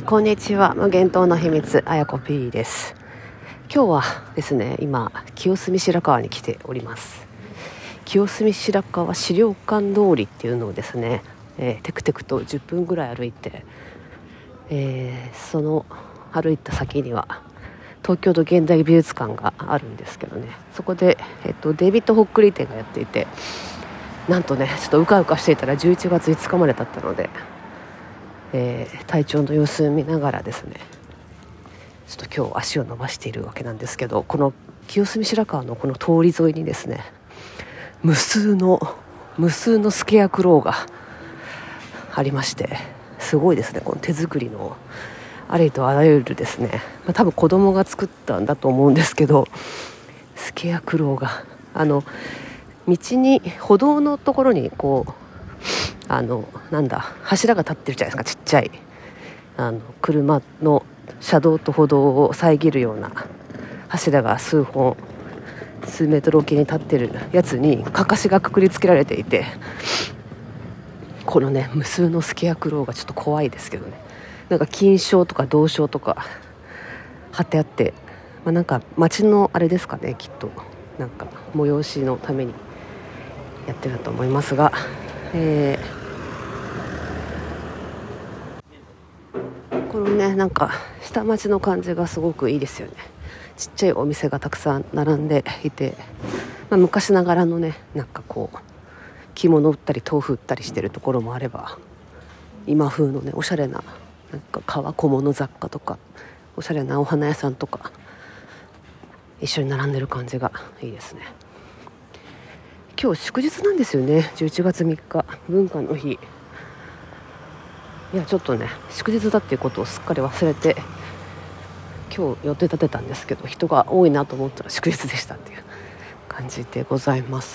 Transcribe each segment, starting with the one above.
こんにちは。無限島の秘密、あやこ P です。今日はですね、今清澄白河に来ております。清澄白河資料館通りっていうのをですね、テクテクと10分ぐらい歩いて、その歩いた先には東京都現代美術館があるんですけどね、そこで、デイビッド・ホックリー展がやっていて、なんとね、ちょっとうかうかしていたら11月5日まで経ったので、体調の様子を見ながらですね、ちょっと今日足を伸ばしているわけなんですけど、この清澄白河のこの通り沿いにですね、無数のスケアクロウがありまして、すごいですね。この手作りのありとあらゆるですね、多分子供が作ったんだと思うんですけど、スケアクロウが道に歩道のところにこう柱が立ってるじゃないですか。ちっちゃい車の車道と歩道を遮るような柱が数メートルおきに立ってるやつにかかしがくくりつけられていて、このね無数のスケアクロウがちょっと怖いですけどね、なんか金賞とか銅賞とか貼ってあって、なんか街のあれですかね、きっとなんか催しのためにやってると思いますが、このねなんか下町の感じがすごくいいですよね。ちっちゃいお店がたくさん並んでいて、昔ながらのねなんかこう着物売ったり豆腐売ったりしてるところもあれば、今風のねおしゃれななんか革小物雑貨とかおしゃれなお花屋さんとか一緒に並んでる感じがいいですね。今日祝日なんですよね。11月3日文化の日。いやちょっとね祝日だっていうことをすっかり忘れて今日予定立てたんですけど、人が多いなと思ったら祝日でしたっていう感じでございます。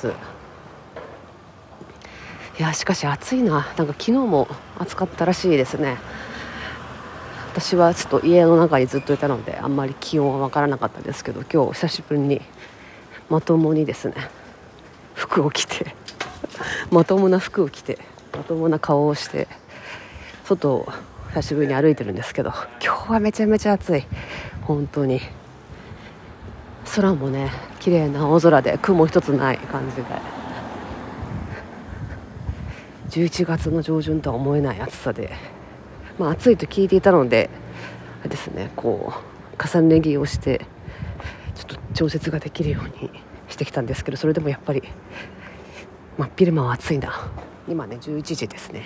いやしかし暑いな。なんか昨日も暑かったらしいですね。私はちょっと家の中にずっといたのであんまり気温は分からなかったですけど、今日久しぶりにまともにですね服を着てまともな服を着てまともな顔をして外を久しぶりに歩いてるんですけど、今日はめちゃめちゃ暑い。本当に空もね綺麗な青空で雲一つない感じで、11月の上旬とは思えない暑さで、暑いと聞いていたのでですね、こう重ね着をしてちょっと調節ができるようにしてきたんですけど、それでもやっぱり真っ昼間は暑いな。今ね11時ですね。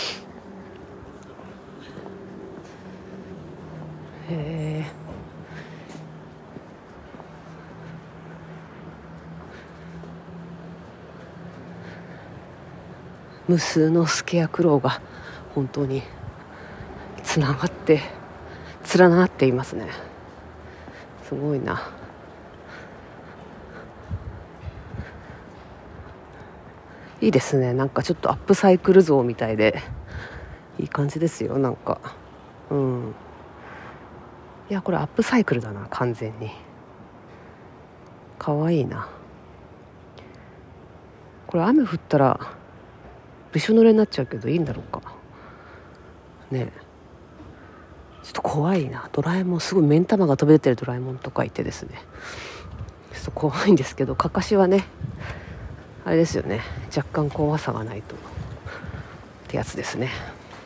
無数のスケアクロウが本当につながって連なっていますね。すごいな。いいですね。なんかちょっとアップサイクル像みたいでいい感じですよ。なんかいやこれアップサイクルだな、完全に。かわいいな。これ雨降ったらびしょ濡れになっちゃうけどいいんだろうかね。ちょっと怖いな。ドラえもん、すごい目ん玉が飛び出てるドラえもんとかいてですね、ちょっと怖いんですけど、かかしはねあれですよね、若干怖さがないとってやつですね。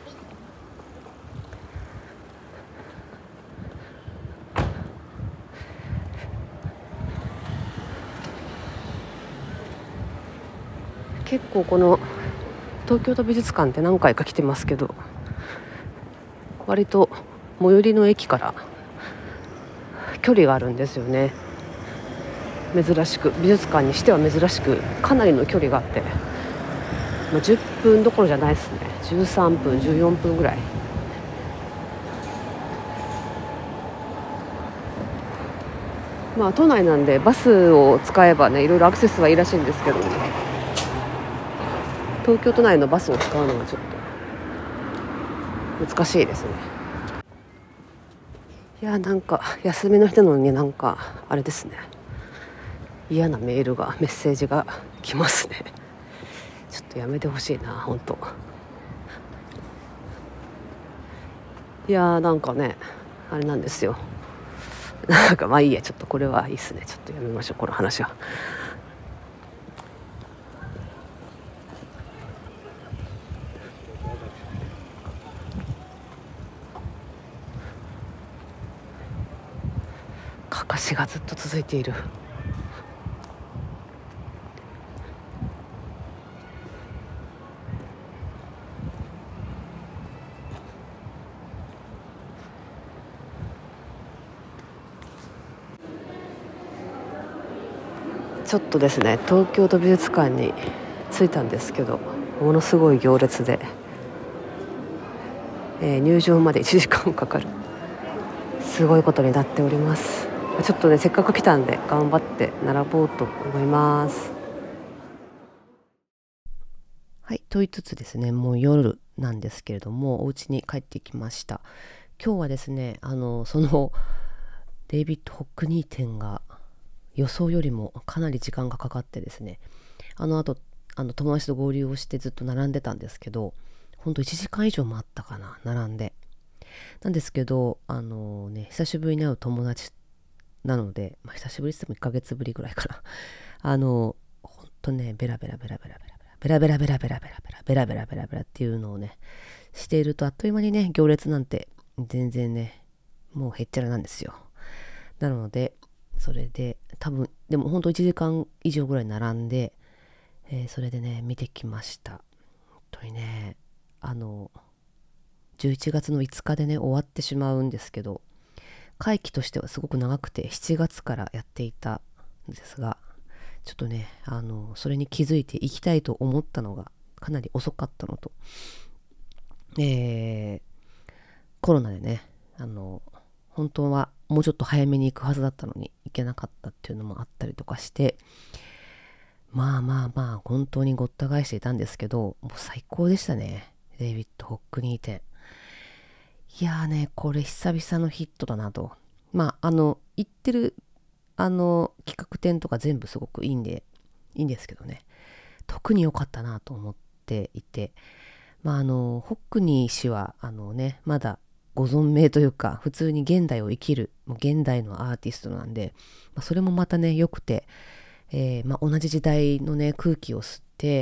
結構この東京都美術館って何回か来てますけど、割と最寄りの駅から距離があるんですよね。珍しく、美術館にしては珍しくかなりの距離があって、10分どころじゃないですね。13分14分ぐらい。都内なんでバスを使えばねいろいろアクセスはいいらしいんですけどね、東京都内のバスを使うのはちょっと難しいですね。いやなんか休みの日なのになんかあれですね、嫌なメッセージが来ますね。ちょっとやめてほしいな本当。 いやーなんかねあれなんですよ。なんかまあいいや、ちょっとこれはいいっすね。ちょっとやめましょうこの話は。かかしがずっと続いている。ちょっとですね東京都美術館に着いたんですけど、ものすごい行列で、入場まで1時間かかる、すごいことになっております。ちょっとねせっかく来たんで頑張って並ぼうと思います。はい、と言いつつですね、もう夜なんですけれども、お家に帰ってきました。今日はですね、そのデイビッド・ホックニー展が予想よりもかなり時間がかかってですね、あの後友達と合流をしてずっと並んでたんですけど、ほんと1時間以上待ったかな、並んで。なんですけど、久しぶりに会う友達なので、久しぶりって言っても1ヶ月ぶりぐらいかな。ほんとね、ベラベラベラベラベラベラベラベラベラベラベラベラベラベラっていうのをね、しているとあっという間にね、行列なんて全然ね、もうへっちゃらなんですよ。なので、それで多分、でもほんと1時間以上ぐらい並んで、それでね、見てきました。本当にね、11月の5日でね、終わってしまうんですけど、会期としてはすごく長くて、7月からやっていたんですが、ちょっとね、それに気づいていきたいと思ったのが、かなり遅かったのと、コロナでね、本当はもうちょっと早めに行くはずだったのに行けなかったっていうのもあったりとかして、まあまあまあ、本当にごった返していたんですけど、もう最高でしたね。デイビッド・ホックニー展。いやーね、これ久々のヒットだなと。まあ、言ってる、企画展とか全部すごくいいんですけどね。特に良かったなと思っていて。まあ、ホックニー氏は、まだご存命というか、普通に現代を生きる、もう現代のアーティストなんで、それもまたね、良くて、同じ時代のね、空気を吸って、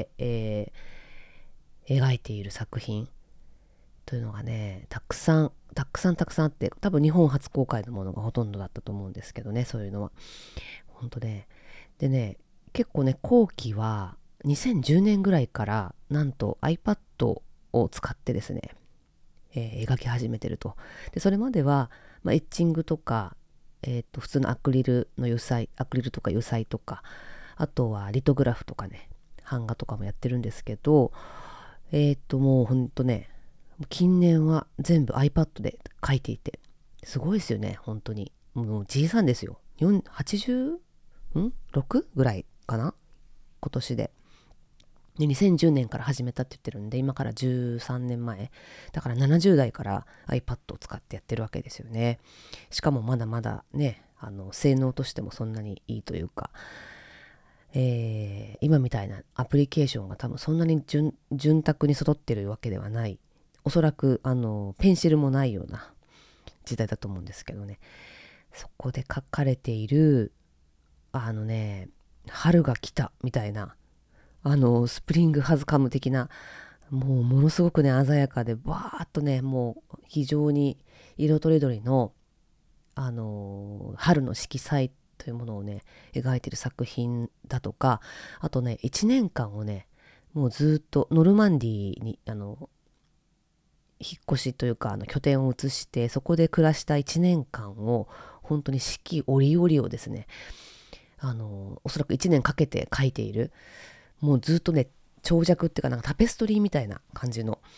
描いている作品というのがね、たくさんあって、多分日本初公開のものがほとんどだったと思うんですけどね、そういうのは。本当ね。でね、結構ね、後期は2010年ぐらいから、なんと iPad を使ってですね、描き始めてると。で、それまでは、エッチングとか、普通のアクリルとか油彩とか、あとはリトグラフとかね、版画とかもやってるんですけど、もうほんとね、近年は全部 iPad で描いていて、すごいですよね、本当に。もうじいさんですよ。80?6? ぐらいかな今年で。で、2010年から始めたって言ってるんで、今から13年前。だから70代から iPad を使ってやってるわけですよね。しかもまだまだね、性能としてもそんなにいいというか、今みたいなアプリケーションが多分そんなに潤沢に揃ってるわけではない。おそらく、ペンシルもないような時代だと思うんですけどね。そこで書かれている、春が来たみたいな、スプリングハズカム的な、もうものすごくね、鮮やかで、わーっとね、もう非常に色とりどりの、春の色彩というものをね、描いている作品だとか、あとね、1年間をね、もうずっとノルマンディーに、引っ越しというか、拠点を移して、そこで暮らした1年間を、本当に四季折々をですね、おそらく1年かけて描いている、もうずっとね、長尺っていうか、なんかタペストリーみたいな感じの、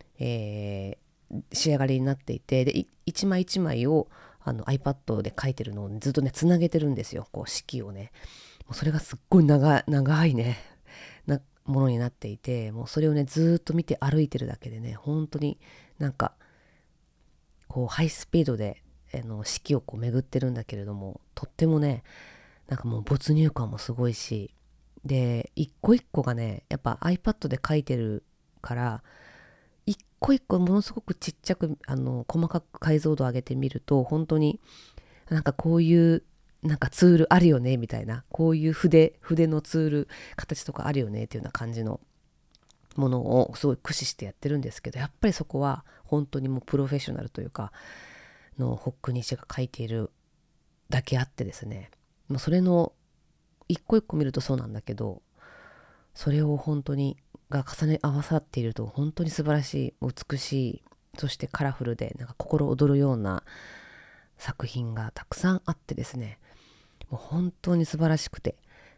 仕上がりになっていて、で、一枚一枚をiPad で描いてるのをずっとね、つなげてるんですよ。こう、四季をね。もうそれがすっごい長いね、ものになっていて、もうそれをね、ずっと見て歩いてるだけでね、本当になんか、こう、ハイスピードで、四季をこう巡ってるんだけれども、とってもね、なんかもう没入感もすごいし、で、一個一個がね、やっぱ iPad で描いてるから、一個一個ものすごくちっちゃく細かく解像度を上げてみると、本当になんかこういうなんかツールあるよねみたいな、こういう筆のツール形とかあるよねっていうような感じのものをすごい駆使してやってるんですけど、やっぱりそこは本当にもうプロフェッショナルというかのホックニシが書いているだけあってですね、もうそれの一個一個見るとそうなんだけど、それを本当にが重ね合わさっていると本当に素晴らしい、美しい、そしてカラフルでなんか心躍るような作品がたくさんあってですね、もう本当に素晴らしくて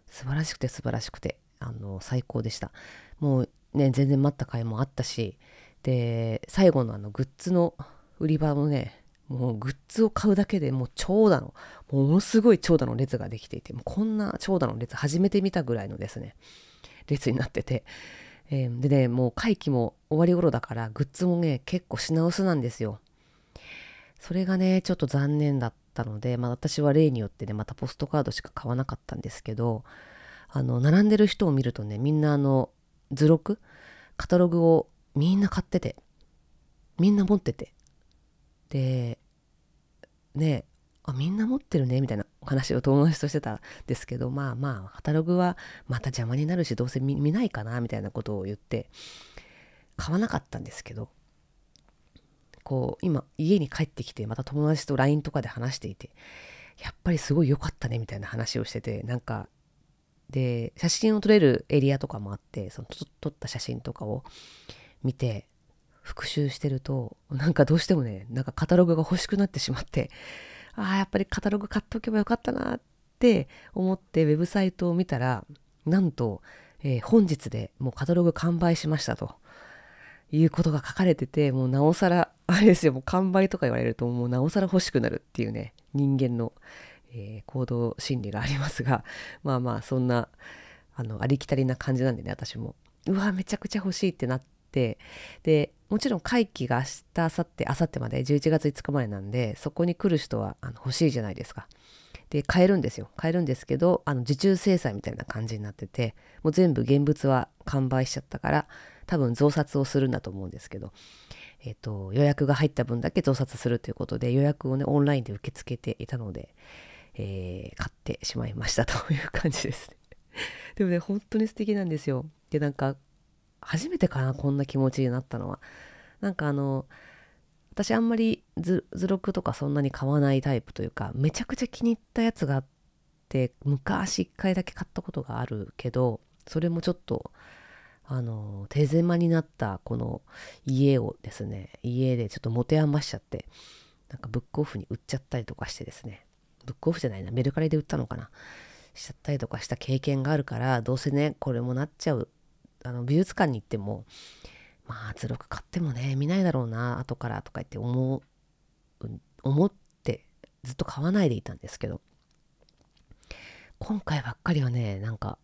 最高でした。もうね、全然待った甲斐もあったし、で最後のグッズの売り場もね、もうグッズを買うだけでもうものすごい長蛇の列ができていて、もうこんな長蛇の列初めて見たぐらいのですね列になってて、でね、もう会期も終わり頃だからグッズもね結構品薄なんですよ。それがねちょっと残念だったので、私は例によってねまたポストカードしか買わなかったんですけど、並んでる人を見るとね、みんな図録カタログをみんな買ってて、みんな持ってて、でね、みんな持ってるねみたいなお話を友達としてたんですけど、カタログはまた邪魔になるし、どうせ見ないかなみたいなことを言って買わなかったんですけど、こう今家に帰ってきてまた友達と LINE とかで話していて、やっぱりすごい良かったねみたいな話をしてて、なんかで写真を撮れるエリアとかもあって、その撮った写真とかを見て復習してると、なんかどうしてもね、なんかカタログが欲しくなってしまって、やっぱりカタログ買っておけばよかったなって思ってウェブサイトを見たら、なんと、本日でもうカタログ完売しましたということが書かれてて、もうなおさらあれですよ、もう完売とか言われるともうなおさら欲しくなるっていうね、人間の、行動心理がありますが、そんなありきたりな感じなんでね、私もめちゃくちゃ欲しいってなって、でもちろん会期が明日明後日まで11月5日までなんで、そこに来る人は欲しいじゃないですか。で買えるんですけど、受注生産みたいな感じになってて、もう全部現物は完売しちゃったから、多分増刷をするんだと思うんですけど、予約が入った分だけ増刷するということで、予約をねオンラインで受け付けていたので、買ってしまいましたという感じですね。でもね、本当に素敵なんですよ。で、なんか初めてかな、こんな気持ちになったのは。なんか私あんまり図録とかそんなに買わないタイプというか、めちゃくちゃ気に入ったやつがあって、昔一回だけ買ったことがあるけど、それもちょっと手狭になったこの家をですね、家でちょっと持て余しちゃって、なんかブックオフに売っちゃったりとかしてですね、ブックオフじゃないな、メルカリで売ったのかな、しちゃったりとかした経験があるから、どうせねこれもなっちゃう、美術館に行っても図録買ってもね見ないだろうな後からとか言って思ってずっと買わないでいたんですけど、今回ばっかりはね、なんか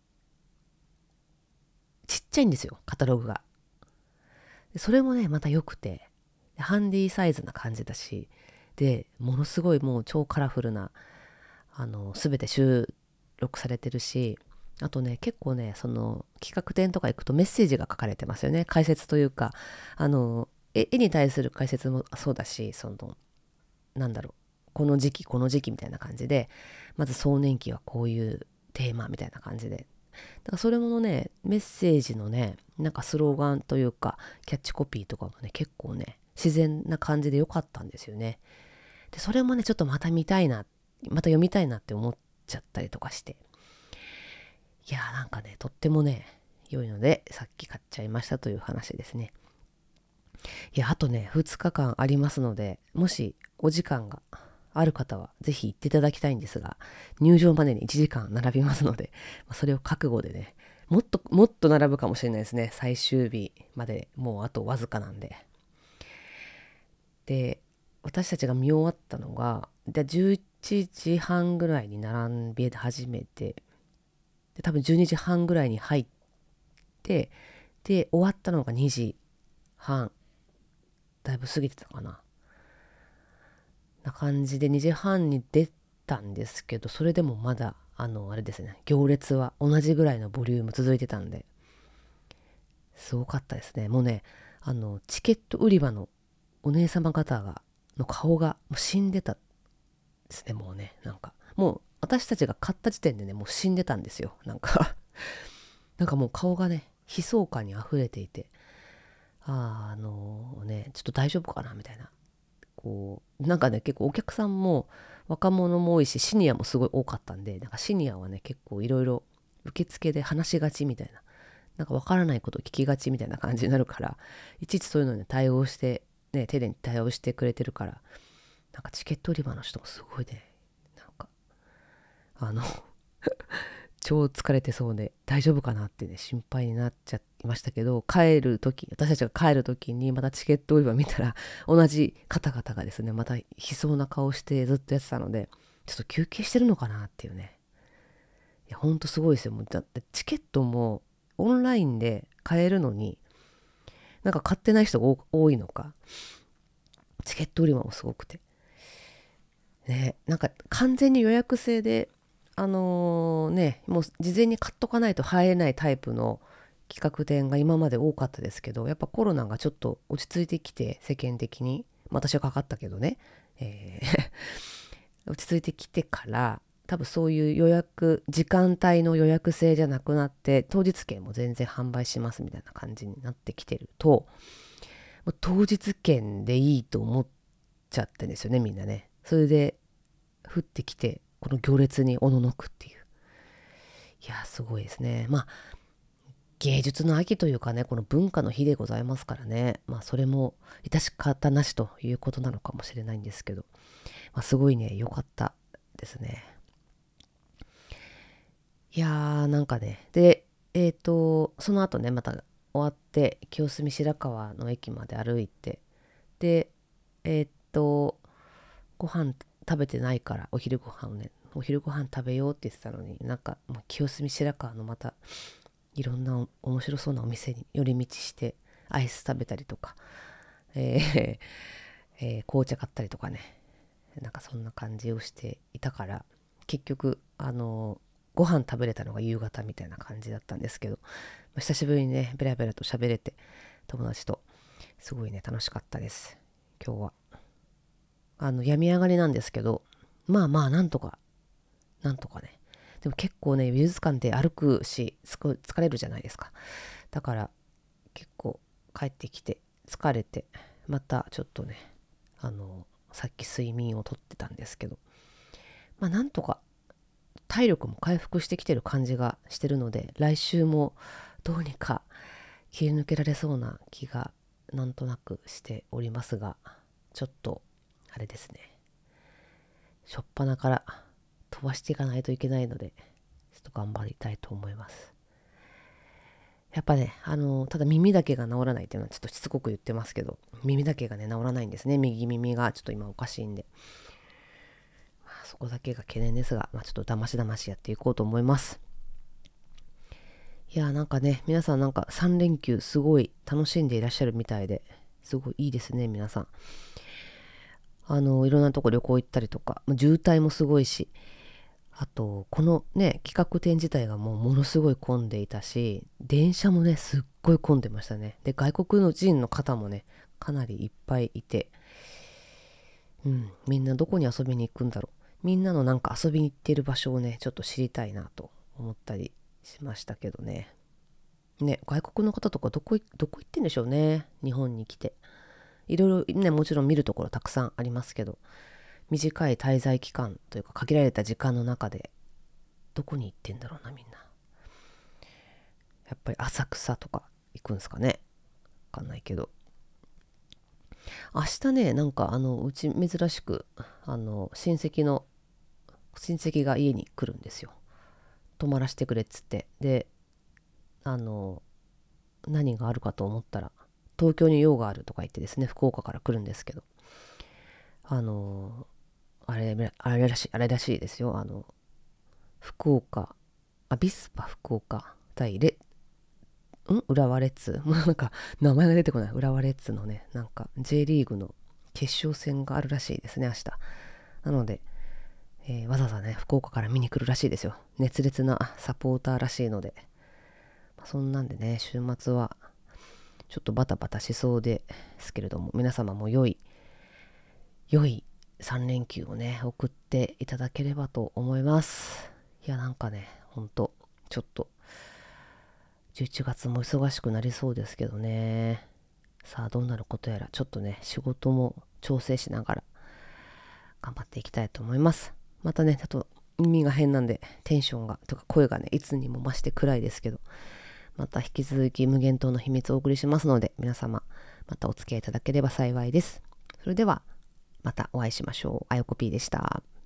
ちっちゃいんですよ、カタログが。それもねまた良くて、ハンディサイズな感じだし、でものすごいもう超カラフルな全て収録されてるし、あとね結構ね、その企画展とか行くとメッセージが書かれてますよね。解説というか、絵に対する解説もそうだし、なんだろう、この時期みたいな感じで、まず壮年期はこういうテーマみたいな感じで、だからそれもね、メッセージのね、なんかスローガンというかキャッチコピーとかもね結構ね自然な感じで良かったんですよね。でそれもねちょっとまた読みたいなって思っちゃったりとかして、いやーなんかねとってもね良いので、さっき買っちゃいましたという話ですね。いや、あとね2日間ありますので、もしお時間がある方はぜひ行っていただきたいんですが、入場までに1時間並びますので、それを覚悟でね、もっと並ぶかもしれないですね。最終日までもうあとわずかなんで。で私たちが見終わったのが11時半ぐらいに並び始めて、で多分12時半ぐらいに入って、で終わったのが2時半、だいぶ過ぎてたかな感じで2時半に出たんですけど、それでもまだあれですね、行列は同じぐらいのボリューム続いてたんで、すごかったですね。もうね、 チケット売り場のお姉様方の顔がもう死んでたですね。もうね、なんかもう私たちが買った時点でね、もう死んでたんですよ。なんかなんかもう顔がね、悲壮感に溢れていて、ちょっと大丈夫かなみたいな。こうなんかね、結構お客さんも若者も多いし、シニアもすごい多かったんで、なんかシニアはね、結構いろいろ受付で話しがちみたいな、なんかわからないことを聞きがちみたいな感じになるから、いちいちそういうのに対応して、ね、丁寧に対応してくれてるから、なんかチケット売り場の人もすごいね、なんか、超疲れてそうで大丈夫かなってね、心配になっちゃいましたけど、私たちが帰る時にまたチケット売り場見たら、同じ方々がですね、また悲壮な顔してずっとやってたので、ちょっと休憩してるのかなっていうね。いや、ほんとすごいですよ。もうだってチケットもオンラインで買えるのに、なんか買ってない人が多いのか、チケット売り場もすごくて。ね、なんか完全に予約制で、もう事前に買っとかないと入れないタイプの企画展が今まで多かったですけど、やっぱコロナがちょっと落ち着いてきて、世間的に、私はかかったけどね、落ち着いてきてから、多分そういう時間帯の予約制じゃなくなって、当日券も全然販売しますみたいな感じになってきてると、もう当日券でいいと思っちゃってんですよね、みんなね。それで降ってきて、この行列におののくっていう。いや、すごいですね。まあ、芸術の秋というかね、この文化の日でございますからね。まあ、それも致し方なしということなのかもしれないんですけど、まあ、すごいね、良かったですね。いやー、なんかね、で、その後ね、また終わって、清澄白河の駅まで歩いて、で、ご飯食べてないから、お昼ご飯食べようって言ってたのに、なんかもう清澄白河のまたいろんな面白そうなお店に寄り道してアイス食べたりとか、紅茶買ったりとかね、なんかそんな感じをしていたから、結局ご飯食べれたのが夕方みたいな感じだったんですけど、久しぶりにね、ベラベラと喋れて、友達とすごいね、楽しかったです。今日は病み上がりなんですけど、まあまあなんとかね。でも結構ね、美術館で歩くし、すごい疲れるじゃないですか。だから結構帰ってきて疲れて、またちょっとね、さっき睡眠をとってたんですけど、まあなんとか体力も回復してきてる感じがしてるので、来週もどうにか切り抜けられそうな気がなんとなくしておりますが、ちょっとあれですね、初っ端から飛ばしていかないといけないので、ちょっと頑張りたいと思います。やっぱね、ただ耳だけが治らないっていうのはちょっとしつこく言ってますけど、耳だけがね、治らないんですね。右耳がちょっと今おかしいんで。まあ、そこだけが懸念ですが、まあ、ちょっとだましだましやっていこうと思います。いやー、なんかね、皆さんなんか3連休すごい楽しんでいらっしゃるみたいで、すごいいいですね、皆さん。いろんなとこ旅行行ったりとか、渋滞もすごいし、あと、このね、企画展自体がもうものすごい混んでいたし、電車もね、すっごい混んでましたね。で、外国の人の方もね、かなりいっぱいいて、みんなどこに遊びに行くんだろう。みんなのなんか遊びに行ってる場所をね、ちょっと知りたいなと思ったりしましたけどね。ね、外国の方とかどこ行ってんでしょうね、日本に来て。いろいろね、もちろん見るところたくさんありますけど、短い滞在期間というか限られた時間の中でどこに行ってんだろうな、みんな。やっぱり浅草とか行くんですかね、わかんないけど。明日ね、なんかうち珍しく親戚が家に来るんですよ。泊まらせてくれっつって。で、何があるかと思ったら、東京に用があるとか言ってですね、福岡から来るんですけど、あれらしいですよ。福岡、ビスパ福岡対浦和レッズもうなんか名前が出てこない。浦和レッズのね、なんか J リーグの決勝戦があるらしいですね、明日。なので、わざわざね、福岡から見に来るらしいですよ。熱烈なサポーターらしいので。そんなんでね、週末はちょっとバタバタしそうですけれども、皆様も良い3連休をね、送っていただければと思います。いや、なんかね、ほんと、ちょっと、11月も忙しくなりそうですけどね。さあ、どうなることやら、ちょっとね、仕事も調整しながら、頑張っていきたいと思います。またね、ちょっと耳が変なんで、テンションが、とか声がね、いつにも増して暗いですけど、また引き続き無限島の秘密をお送りしますので、皆様、またお付き合いいただければ幸いです。それでは、またお会いしましょう。あよこ P でした。